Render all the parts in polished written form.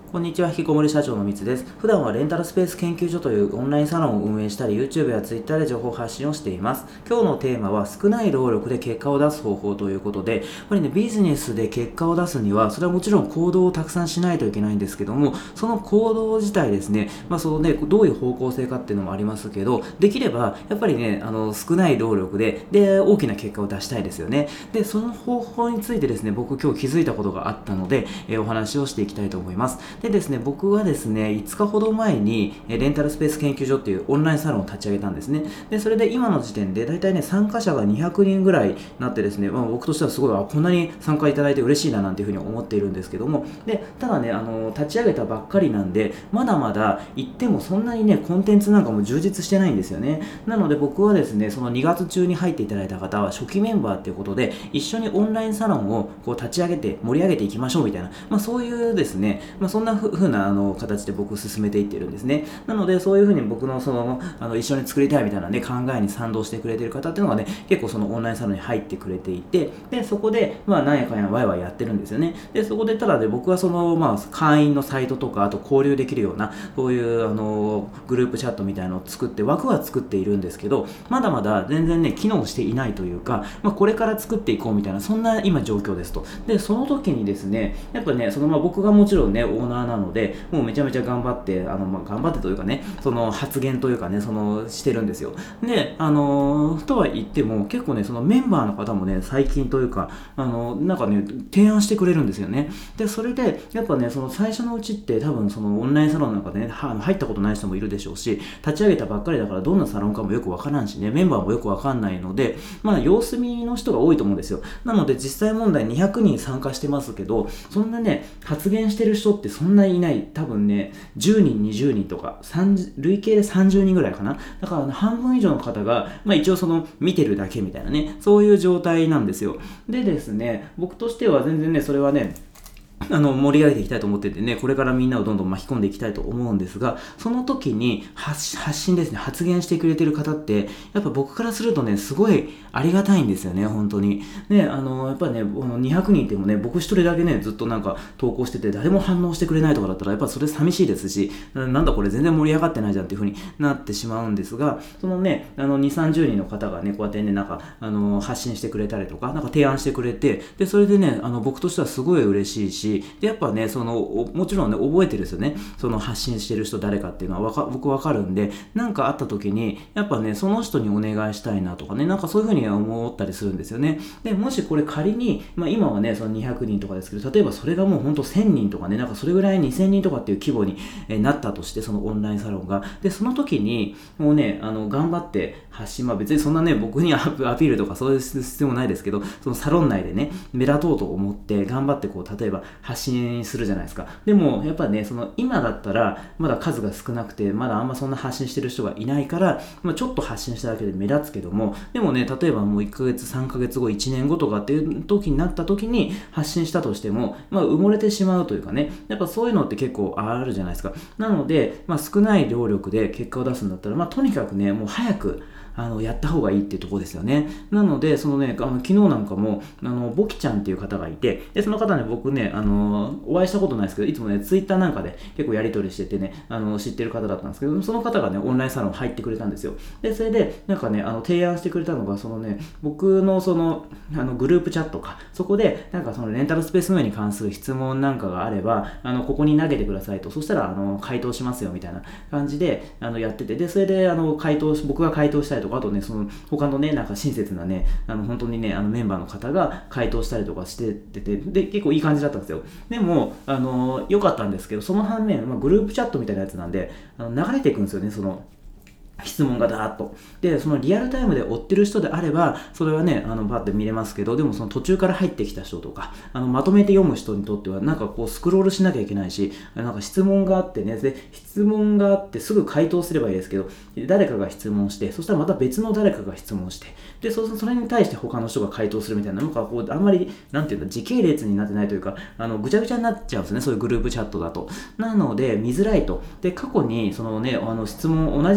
こんにちは、引きこもり社長のみつです。普段はレンタルスペース研究所というオンラインサロンを運営したり、YouTube や Twitter で情報発信をしています。今日のテーマは少ない労力で結果を出す方法ということで、やっぱりね、ビジネスで結果を出すには、それはもちろん行動をたくさんしないといけないんですけども、その行動自体ですね、そのね、どういう方向性かっていうのもありますけど、できれば、やっぱりね、少ない労力で、大きな結果を出したいですよね。で、その方法についてですね、僕今日気づいたことがあったので、お話をしていきたいと思います。でですね、僕はですね、5日ほど前にレンタルスペース研究所っていうオンラインサロンを立ち上げたんですね。で、それで今の時点で大体ね、参加者が200人ぐらいになってですね、僕としてはすごい、こんなに参加いただいて嬉しいななんていうふうに思っているんですけども、で、ただね、立ち上げたばっかりなんで、まだまだ言ってもそんなにね、コンテンツなんかも充実してないんですよね。なので僕はですね、その2月中に入っていただいた方は初期メンバーっていうことで、一緒にオンラインサロンをこう立ち上げて盛り上げていきましょうみたいな、そういうですね、そんな風な形で僕進めていってるんですね。なのでそういう風に僕の一緒に作りたいみたいなね考えに賛同してくれてる方っていうのがね結構そのオンラインサロンに入ってくれていて、でそこでなんやかんやワイワイやってるんですよね。でそこでただね僕は会員のサイトとかあと交流できるようなそういうグループチャットみたいなのを作って枠は作っているんですけど、まだまだ全然ね機能していないというか、これから作っていこうみたいなそんな今状況ですと。でその時にですねやっぱね僕がもちろんねオーナーなのでもうめちゃめちゃ頑張って頑張ってというかねその発言というかねしてるんですよ。でとは言っても結構ねそのメンバーの方もね最近というかなんかね提案してくれるんですよね。でそれでやっぱねその最初のうちって多分そのオンラインサロンなんかでね入ったことない人もいるでしょうし、立ち上げたばっかりだからどんなサロンかもよくわからんしね、メンバーもよくわかんないので様子見の人が多いと思うんですよ。なので実際問題200人参加してますけど、そんなね発言してる人ってそんなにいない。多分ね10人20人とか累計で30人ぐらいかな。だから、半分以上の方が、一応見てるだけみたいなねそういう状態なんですよ。でですね、僕としては全然ねそれはね盛り上げていきたいと思っててね、これからみんなをどんどん巻き込んでいきたいと思うんですが、その時に発信ですね、発言してくれてる方って、やっぱ僕からするとね、すごいありがたいんですよね、本当に。ね、やっぱりね、200人いてもね、僕一人だけね、ずっとなんか投稿してて、誰も反応してくれないとかだったら、やっぱそれ寂しいですし、なんだこれ全然盛り上がってないじゃんっていう風になってしまうんですが、そのね、2、30人の方がね、こうやってね、なんか、発信してくれたりとか、なんか提案してくれて、で、それでね、僕としてはすごい嬉しいし、でやっぱねもちろんね覚えてるんですよね、その発信してる人誰かっていうのは僕分かるんで、なんかあった時にやっぱねその人にお願いしたいなとかね、なんかそういう風に思ったりするんですよね。でもしこれ仮に、今はねその200人とかですけど、例えばそれがもうほんと1000人とかね、なんかそれぐらい2000人とかっていう規模になったとして、そのオンラインサロンがでその時にもうね頑張って発信、別にそんなね僕にアピールとかそういう必要もないですけど、そのサロン内でね目立とうと思って頑張ってこう例えば発信するじゃないですか。でもやっぱね今だったらまだ数が少なくてまだあんまそんな発信してる人がいないから、ちょっと発信しただけで目立つけども、でもね例えばもう1ヶ月3ヶ月後1年後とかっていう時になった時に発信したとしても、埋もれてしまうというかね、やっぱそういうのって結構あるじゃないですか。なので、少ない労力で結果を出すんだったら、とにかくねもう早くやった方がいいっていうところですよね。なので昨日なんかもボキちゃんっていう方がいて、でその方ね僕ねお会いしたことないですけど、いつもねツイッターなんかで結構やり取りしててね知ってる方だったんですけど、その方がねオンラインサロン入ってくれたんですよ。でそれでなんかね提案してくれたのが僕のグループチャットか、そこでなんかレンタルスペース運営に関する質問なんかがあればここに投げてくださいと、そしたら回答しますよみたいな感じでやってて、でそれで僕が回答したりとか、あとね他のねなんか親切なね本当にねメンバーの方が回答したりとかしてて、で結構いい感じだったんですよ。でも良かったんですけど、その反面、グループチャットみたいなやつなんで流れていくんですよね、質問がダーッと。で、そのリアルタイムで追ってる人であれば、それはね、バッて見れますけど、でもその途中から入ってきた人とか、まとめて読む人にとっては、なんかこうスクロールしなきゃいけないし、なんか質問があってね、で、質問があってすぐ回答すればいいですけど、誰かが質問して、そしたらまた別の誰かが質問して、で、それに対して他の人が回答するみたいな、なんかこう、あんまり、なんていうか、時系列になってないというか、ぐちゃぐちゃになっちゃうんですね、そういうグループチャットだと。なので、見づらいと。で、過去に、同じ質問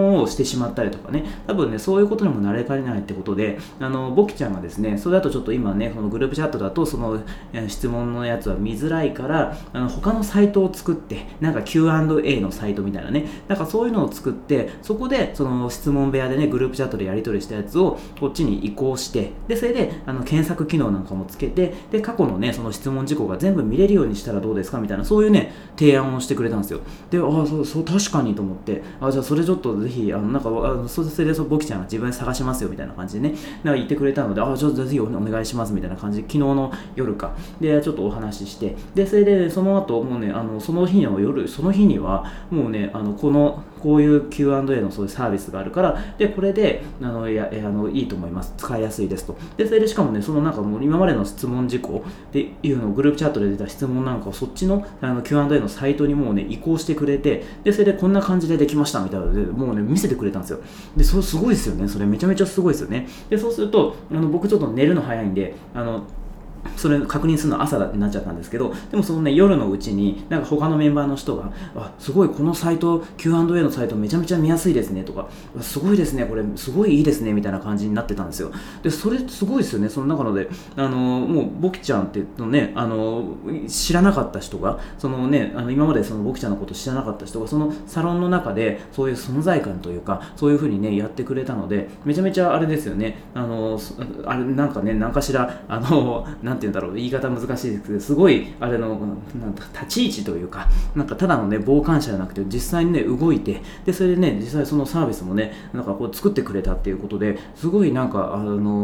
案をしてしまったりとかね、多分ねそういうことにもなれかねないってことで、ボキちゃんがですね、それだとちょっと今ねこのグループチャットだとその質問のやつは見づらいから、他のサイトを作って、なんか Q&A のサイトみたいなね、なんかそういうのを作って、そこでその質問部屋でねグループチャットでやり取りしたやつをこっちに移行して、でそれで検索機能なんかもつけて、で過去のねその質問事項が全部見れるようにしたらどうですかみたいな、そういうね提案をしてくれたんですよ。で、そう確かにと思って、じゃあそれちょっとぜひなんかそれでボキちゃんが自分で探しますよみたいな感じでね、なんか言ってくれたので、ちょっとぜひお願いしますみたいな感じで、昨日の夜かでちょっとお話しして、でそれでその後もうねその日にはもうねこういう Q&A のそういうサービスがあるから、でこれでいいと思います、使いやすいですと。でそれでしかもねそのなんかもう今までの質問事項っていうのをグループチャットで出た質問なんかをそっちのQ&A のサイトにもうね移行してくれて、でそれでこんな感じでできましたみたいなのでもうね見せてくれたんですよ。でそれすごいですよね、それめちゃめちゃすごいですよね。でそうすると僕ちょっと寝るの早いんでそれ確認するの朝だってなっちゃったんですけど、でもそのね夜のうちになんか他のメンバーの人がすごいこのサイト Q&A のサイトめちゃめちゃ見やすいですねとか、すごいですねこれすごいいいですねみたいな感じになってたんですよ。でそれすごいですよね。その中のでもうボキちゃんってのね知らなかった人がそのね今までそのボキちゃんのこと知らなかった人がそのサロンの中でそういう存在感というかそういう風にねやってくれたので、めちゃめちゃあれですよね。あれなんかね何かしらなんていうんだろう、言い方難しいですけど、すごいあれの立ち位置というか、なんかただのね傍観者じゃなくて実際にね動いて、でそれでね実際そのサービスもねなんかこう作ってくれたっていうことで、すごいなんか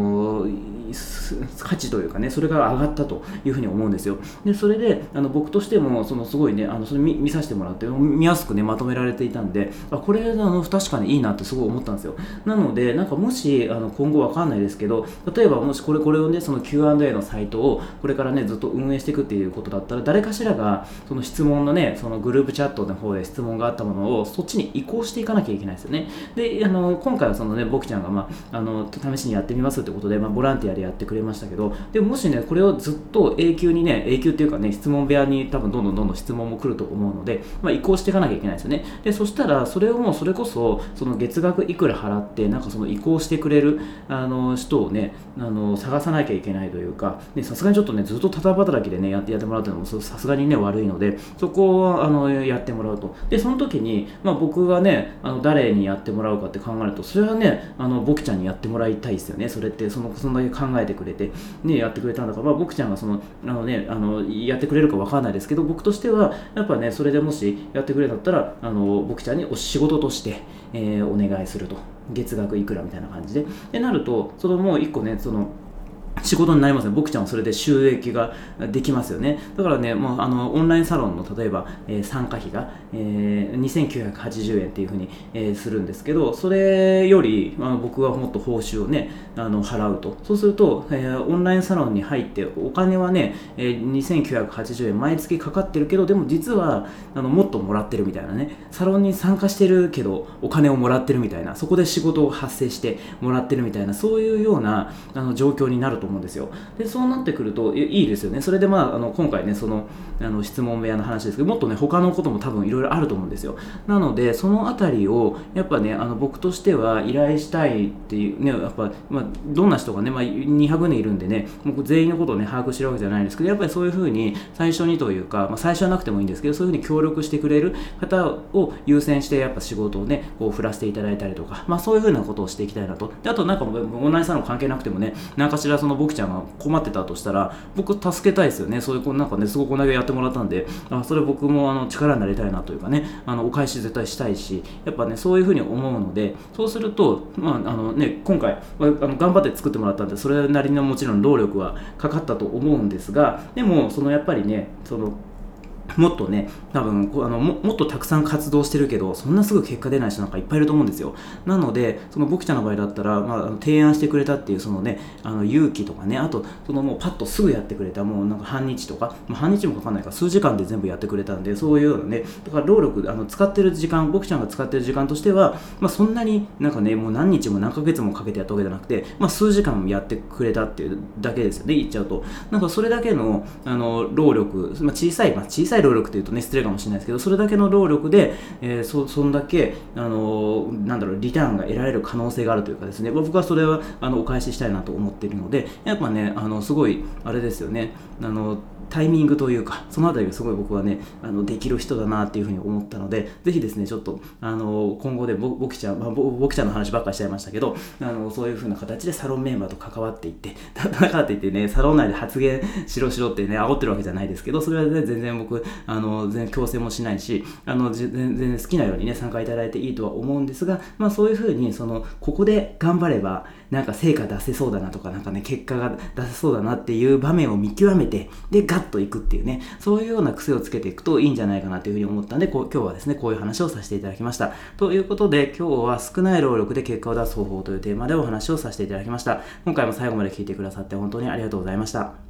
価値というかねそれが上がったというふうに思うんですよ。でそれで僕としてもすごいねそれ見させてもらって見やすくねまとめられていたんで、これ確かにいいなってすごい思ったんですよ。なのでなんかもし今後わかんないですけど、例えばもしこれをねその Q&A のサイトをこれからねずっと運営していくっていうことだったら、誰かしらがその質問のねそのグループチャットの方で質問があったものをそっちに移行していかなきゃいけないですよね。で今回はそのねボキちゃんが試しにやってみますってことでボランティアでやってくれましたけど、でももしねこれをずっと永久っていうかね質問部屋に多分どんどん質問も来ると思うので、移行していかなきゃいけないですよね。でそしたらそれをもうそれこそその月額いくら払ってなんかその移行してくれる人をね探さなきゃいけないというか、さすがにちょっとねずっとただ働きでねやってもらうというのもさすがにね悪いので、そこをやってもらうと。でその時に僕がね誰にやってもらうかって考えると、それはねボキちゃんにやってもらいたいですよね。それってそんだけ考えてくれてねやってくれたんだから、ボキちゃんがやってくれるかわからないですけど、僕としてはやっぱねそれでもしやってくれたったらボキちゃんに仕事として、お願いすると、月額いくらみたいな感じでなると、もう一個ね仕事になりますね。僕ちゃんはそれで収益ができますよね。だからね、もうオンラインサロンの例えば、参加費が、2980円っていうふうに、するんですけど、それより、僕はもっと報酬をね払うと。そうすると、オンラインサロンに入ってお金はね、2980円毎月かかってるけど、でも実はもっともらってるみたいなね、サロンに参加してるけどお金をもらってるみたいな、そこで仕事を発生してもらってるみたいな、そういうような状況になると思うんですよ。でそうなってくるといいですよね。それで今回ね質問部屋の話ですけど、もっとね他のことも多分いろいろあると思うんですよ。なのでそのあたりをやっぱね僕としては依頼したいっていうね、やっぱどんな人がね200人いるんでね、僕全員のことをね把握してるわけじゃないんですけど、やっぱりそういう風に最初にというか、最初はなくてもいいんですけど、そういう風に協力してくれる方を優先してやっぱ仕事をねこう振らせていただいたりとか、そういう風なことをしていきたいなと。であとなんかオンラインサロン関係なくてもね、何かしらボキちゃんが困ってたとしたら僕助けたいですよね。そういうなんかねすごくお投げやってもらったんで、それ僕も力になりたいなというかね、お返し絶対したいし、やっぱねそういうふうに思うので、そうすると今回頑張って作ってもらったんで、それなりのもちろん労力はかかったと思うんですが、でもやっぱりねもっとね多分もっとたくさん活動してるけどそんなすぐ結果出ない人なんかいっぱいいると思うんですよ。なのでボキちゃんの場合だったら、提案してくれたっていう勇気とかね、あともうパッとすぐやってくれた、もうなんか半日とか、半日もかかんないから数時間で全部やってくれたんで、そういうようなね、だから労力使ってる時間、ボキちゃんが使ってる時間としては、そんなになんかねもう何日も何ヶ月もかけてやったわけじゃなくて、数時間やってくれたっていうだけですよね、言っちゃうと。なんかそれだけの労力、小さいい労力というとね失礼かもしれないですけど、それだけの労力で、そんだけリターンが得られる可能性があるというかですね、僕はそれはお返ししたいなと思っているので、やっぱねすごいあれですよね、タイミングというか、そのあたりがすごい僕はねできる人だなっていうふうに思ったので、ぜひですねちょっと今後でボキちゃんの話ばっかりしちゃいましたけど、そういうふうな形でサロンメンバーと関わっていって、だからといってねサロン内で発言しろってね煽ってるわけじゃないですけど、それはね全然僕全然強制もしないし、全然好きなようにね参加いただいていいとは思うんですが、そういうふうにここで頑張ればなんか成果出せそうだなとか、なんかね結果が出せそうだなっていう場面を見極めて、でガッといくっていうね、そういうような癖をつけていくといいんじゃないかなというふうに思ったんで、今日はですねこういう話をさせていただきました。ということで、今日は少ない労力で結果を出す方法というテーマでお話をさせていただきました。今回も最後まで聞いてくださって本当にありがとうございました。